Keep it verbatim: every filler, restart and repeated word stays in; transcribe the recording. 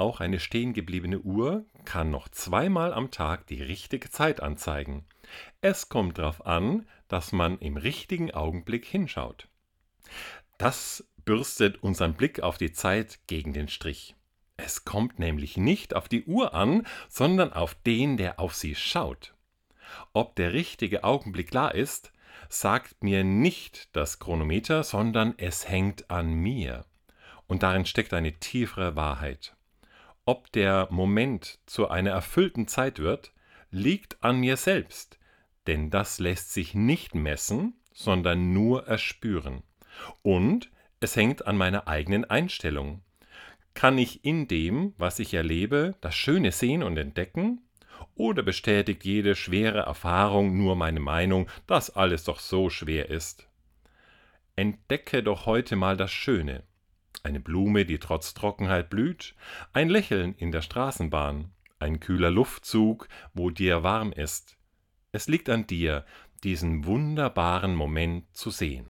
Auch eine stehengebliebene Uhr kann noch zweimal am Tag die richtige Zeit anzeigen. Es kommt darauf an, dass man im richtigen Augenblick hinschaut. Das bürstet unseren Blick auf die Zeit gegen den Strich. Es kommt nämlich nicht auf die Uhr an, sondern auf den, der auf sie schaut. Ob der richtige Augenblick klar ist, sagt mir nicht das Chronometer, sondern es hängt an mir. Und darin steckt eine tiefere Wahrheit. Ob der Moment zu einer erfüllten Zeit wird, liegt an mir selbst, denn das lässt sich nicht messen, sondern nur erspüren. Und es hängt an meiner eigenen Einstellung. Kann ich in dem, was ich erlebe, das Schöne sehen und entdecken? Oder bestätigt jede schwere Erfahrung nur meine Meinung, dass alles doch so schwer ist? Entdecke doch heute mal das Schöne. Eine Blume, die trotz Trockenheit blüht, ein Lächeln in der Straßenbahn, ein kühler Luftzug, wo dir warm ist. Es liegt an dir, diesen wunderbaren Moment zu sehen.